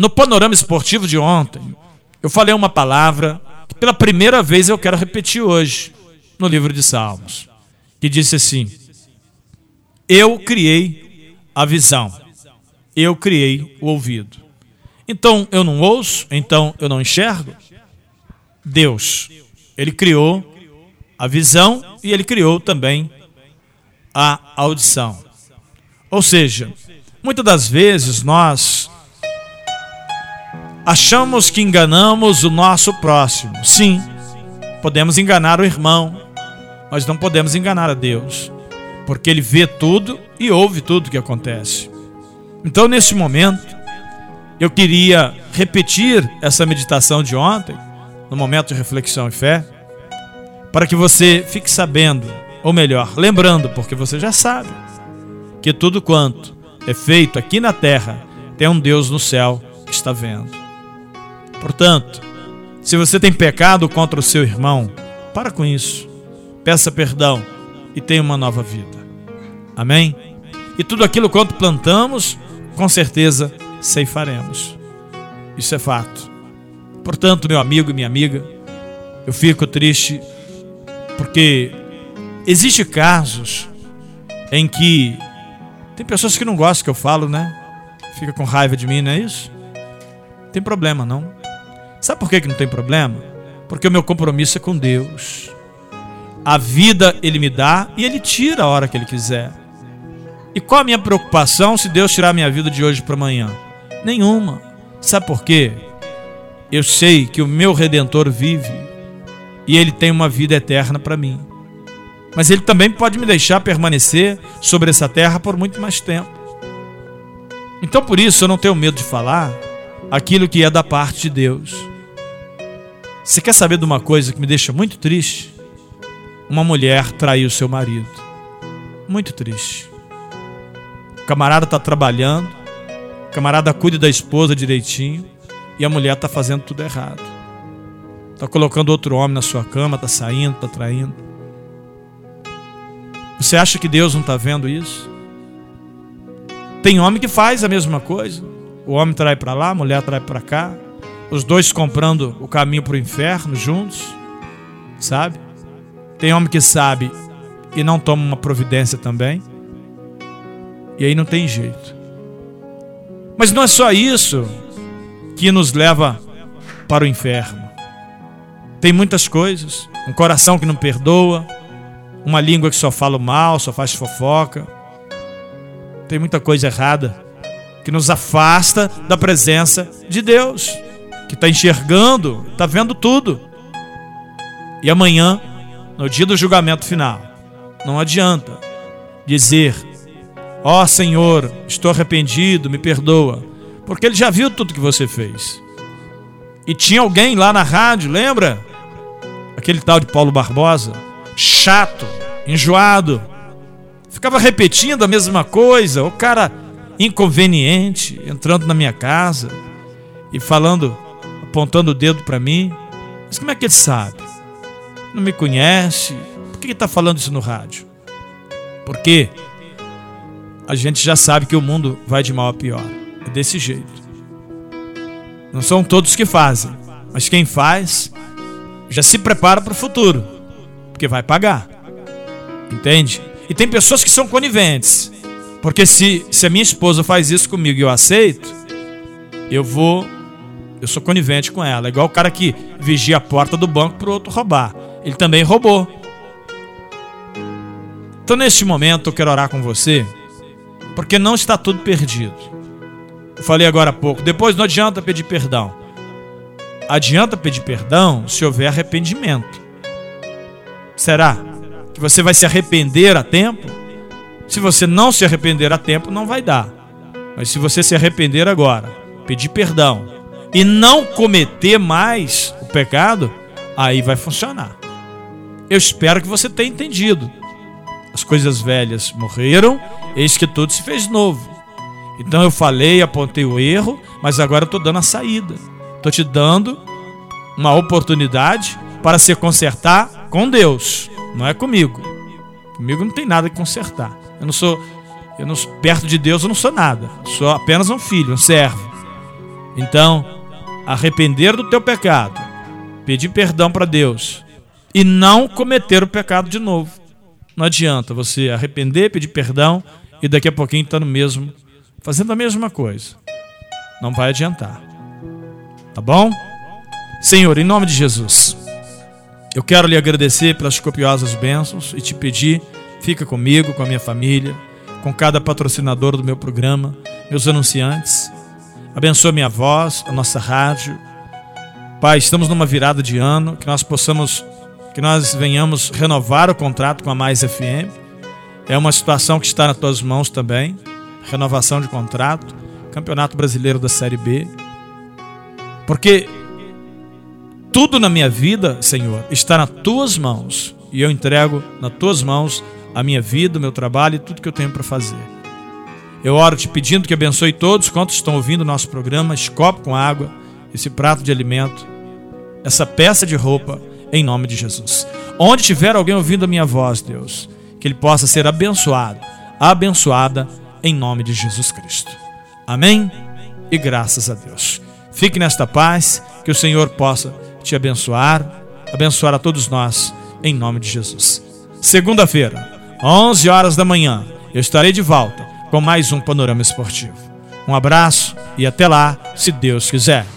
No panorama esportivo de ontem, eu falei uma palavra que pela primeira vez eu quero repetir hoje, no livro de Salmos, que disse assim: eu criei a visão, eu criei o ouvido. Então eu não ouço, então eu não enxergo. Deus, Ele criou a visão e Ele criou também a audição. Ou seja, muitas das vezes nós achamos que enganamos o nosso próximo. Sim, podemos enganar o irmão, mas não podemos enganar a Deus, porque Ele vê tudo e ouve tudo que acontece. Então, nesse momento, eu queria repetir essa meditação de ontem, no momento de reflexão e fé, para que você fique sabendo, ou melhor, lembrando, porque você já sabe, que tudo quanto é feito aqui na terra, tem um Deus no céu que está vendo. Portanto, se você tem pecado contra o seu irmão, para com isso, peça perdão e tenha uma nova vida. Amém? E tudo aquilo quanto plantamos, com certeza ceifaremos. Isso é fato. Portanto, meu amigo e minha amiga, eu fico triste porque existem casos em que tem pessoas que não gostam que eu falo, né? Fica com raiva de mim, não é isso? Não tem problema, não. Sabe por que não tem problema? Porque o meu compromisso é com Deus. A vida Ele me dá e Ele tira a hora que Ele quiser. E qual a minha preocupação se Deus tirar a minha vida de hoje para amanhã? Nenhuma. Sabe por quê? Eu sei que o meu Redentor vive e Ele tem uma vida eterna para mim. Mas Ele também pode me deixar permanecer sobre essa terra por muito mais tempo. Então por isso eu não tenho medo de falar aquilo que é da parte de Deus. Você quer saber de uma coisa que me deixa muito triste? Uma mulher traiu seu marido. Muito triste. O camarada está trabalhando, o camarada cuida da esposa direitinho e a mulher está fazendo tudo errado. Está colocando outro homem na sua cama, está saindo, está traindo. Você acha que Deus não está vendo isso? Tem homem que faz a mesma coisa. O homem trai para lá, a mulher trai para cá. Os dois comprando o caminho para o inferno juntos. Sabe? Tem homem que sabe e não toma uma providência também. E aí não tem jeito. Mas não é só isso que nos leva para o inferno. Tem muitas coisas. Um coração que não perdoa. Uma língua que só fala mal, só faz fofoca. Tem muita coisa errada que nos afasta da presença de Deus, que está enxergando, está vendo tudo. E amanhã, no dia do julgamento final, não adianta dizer: ó Senhor, estou arrependido, me perdoa, porque Ele já viu tudo que você fez. E tinha alguém lá na rádio, lembra? Aquele tal de Paulo Barbosa, chato, enjoado, ficava repetindo a mesma coisa. O cara inconveniente, entrando na minha casa e falando, apontando o dedo para mim. Mas como é que ele sabe? Não me conhece? Por que ele está falando isso no rádio? Porque a gente já sabe que o mundo vai de mal a pior. É desse jeito. Não são todos que fazem, mas quem faz já se prepara para o futuro, porque vai pagar. Entende? E tem pessoas que são coniventes, porque se a minha esposa faz isso comigo e eu aceito, eu sou conivente com ela. É igual o cara que vigia a porta do banco para o outro roubar. Ele também roubou. Então neste momento eu quero orar com você, porque não está tudo perdido. Eu falei agora há pouco, depois não adianta pedir perdão. Adianta pedir perdão se houver arrependimento. Será que você vai se arrepender a tempo? Se você não se arrepender a tempo, não vai dar. Mas se você se arrepender agora, pedir perdão e não cometer mais o pecado, aí vai funcionar. Eu espero que você tenha entendido. As coisas velhas morreram, eis que tudo se fez novo. Então eu falei, apontei o erro, mas agora eu estou dando a saída. Estou te dando uma oportunidade para se consertar com Deus. Não é comigo. Comigo não tem nada que consertar. Eu não perto de Deus eu não sou nada. Sou apenas um filho, um servo. Então, arrepender do teu pecado, pedir perdão para Deus e não cometer o pecado de novo. Não adianta você arrepender, pedir perdão e daqui a pouquinho estar no mesmo, fazendo a mesma coisa. Não vai adiantar. Tá bom? Senhor, em nome de Jesus, eu quero lhe agradecer pelas copiosas bênçãos e te pedir, fica comigo, com a minha família, com cada patrocinador do meu programa, meus anunciantes. Abençoa minha voz, a nossa rádio. Pai, estamos numa virada de ano, que nós venhamos renovar o contrato com a Mais FM. É uma situação que está nas tuas mãos também. Renovação de contrato, Campeonato Brasileiro da Série B. Porque tudo na minha vida, Senhor, está nas tuas mãos. E eu entrego nas tuas mãos a minha vida, o meu trabalho e tudo que eu tenho para fazer. Eu oro te pedindo que abençoe todos quantos estão ouvindo o nosso programa, esse copo com água, esse prato de alimento, essa peça de roupa, em nome de Jesus. Onde tiver alguém ouvindo a minha voz, Deus, que ele possa ser abençoado, abençoada, em nome de Jesus Cristo. Amém? E graças a Deus. Fique nesta paz, que o Senhor possa te abençoar, abençoar a todos nós, em nome de Jesus. Segunda-feira, 11 horas da manhã, eu estarei de volta com mais um Panorama Esportivo. Um abraço e até lá, se Deus quiser.